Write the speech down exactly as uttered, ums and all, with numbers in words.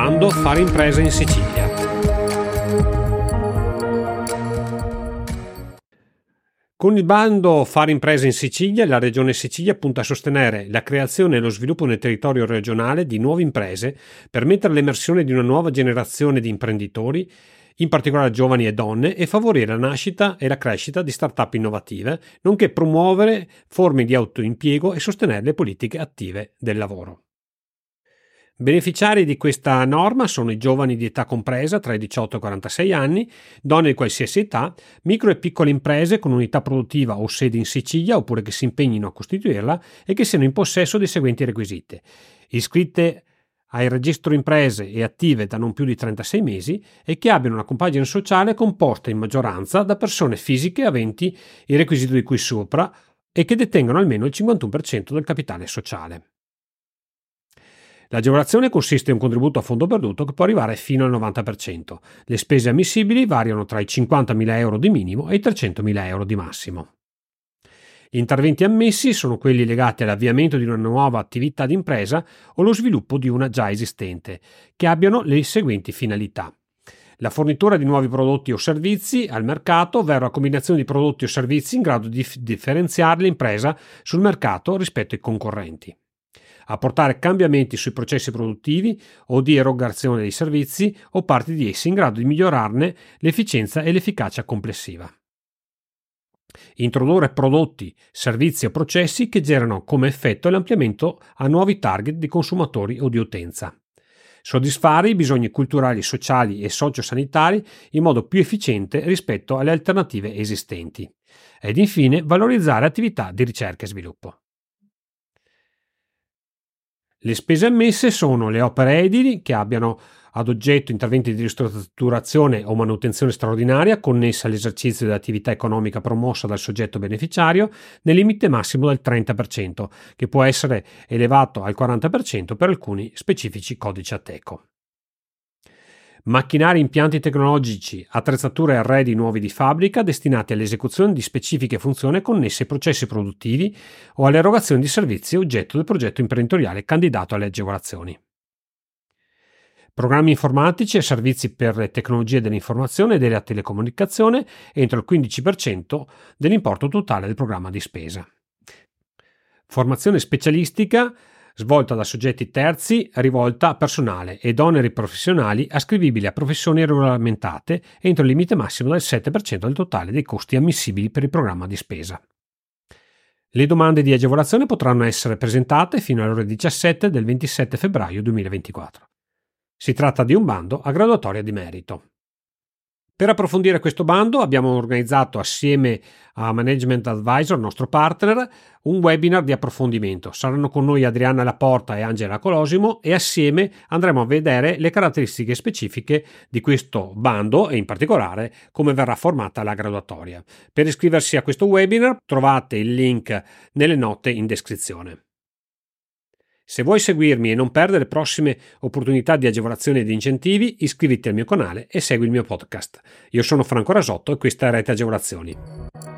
bando Fare impresa in Sicilia. Con il bando Fare impresa in Sicilia, la Regione Sicilia punta a sostenere la creazione e lo sviluppo nel territorio regionale di nuove imprese, permettere l'emersione di una nuova generazione di imprenditori, in particolare giovani e donne, e favorire la nascita e la crescita di start-up innovative, nonché promuovere forme di autoimpiego e sostenere le politiche attive del lavoro. Beneficiari di questa norma sono i giovani di età compresa tra i diciotto e i quarantasei anni, donne di qualsiasi età, micro e piccole imprese con unità produttiva o sede in Sicilia oppure che si impegnino a costituirla e che siano in possesso dei seguenti requisiti: iscritte al registro imprese e attive da non più di trentasei mesi e che abbiano una compagine sociale composta in maggioranza da persone fisiche aventi il requisito di cui sopra e che detengano almeno il cinquantuno per cento del capitale sociale. L'agevolazione consiste in un contributo a fondo perduto che può arrivare fino al novanta per cento. Le spese ammissibili variano tra i cinquantamila euro di minimo e i trecentomila euro di massimo. Gli interventi ammessi sono quelli legati all'avviamento di una nuova attività di impresa o lo sviluppo di una già esistente, che abbiano le seguenti finalità: la fornitura di nuovi prodotti o servizi al mercato, ovvero la combinazione di prodotti o servizi in grado di differenziare l'impresa sul mercato rispetto ai concorrenti; apportare cambiamenti sui processi produttivi o di erogazione dei servizi o parti di essi in grado di migliorarne l'efficienza e l'efficacia complessiva; introdurre prodotti, servizi o processi che generano come effetto l'ampliamento a nuovi target di consumatori o di utenza; soddisfare i bisogni culturali, sociali e sociosanitari in modo più efficiente rispetto alle alternative esistenti; ed infine valorizzare attività di ricerca e sviluppo. Le spese ammesse sono le opere edili che abbiano ad oggetto interventi di ristrutturazione o manutenzione straordinaria connessa all'esercizio dell'attività economica promossa dal soggetto beneficiario nel limite massimo del trenta per cento, che può essere elevato al quaranta per cento per alcuni specifici codici Ateco. Macchinari, impianti tecnologici, attrezzature e arredi nuovi di fabbrica destinati all'esecuzione di specifiche funzioni connesse ai processi produttivi o all'erogazione di servizi oggetto del progetto imprenditoriale candidato alle agevolazioni. Programmi informatici e servizi per le tecnologie dell'informazione e della telecomunicazione entro il quindici per cento dell'importo totale del programma di spesa. Formazione specialistica svolta da soggetti terzi rivolta a personale ed oneri professionali ascrivibili a professioni regolamentate entro il limite massimo del sette per cento del totale dei costi ammissibili per il programma di spesa. Le domande di agevolazione potranno essere presentate fino alle ore diciassette del ventisette febbraio duemilaventiquattro. Si tratta di un bando a graduatoria di merito. Per approfondire questo bando abbiamo organizzato assieme a Management Advisor, nostro partner, un webinar di approfondimento. Saranno con noi Adriana Laporta e Angela Colosimo e assieme andremo a vedere le caratteristiche specifiche di questo bando e in particolare come verrà formata la graduatoria. Per iscriversi a questo webinar trovate il link nelle note in descrizione. Se vuoi seguirmi e non perdere prossime opportunità di agevolazioni e di incentivi, iscriviti al mio canale e segui il mio podcast. Io sono Franco Rasotto e questa è Rete Agevolazioni.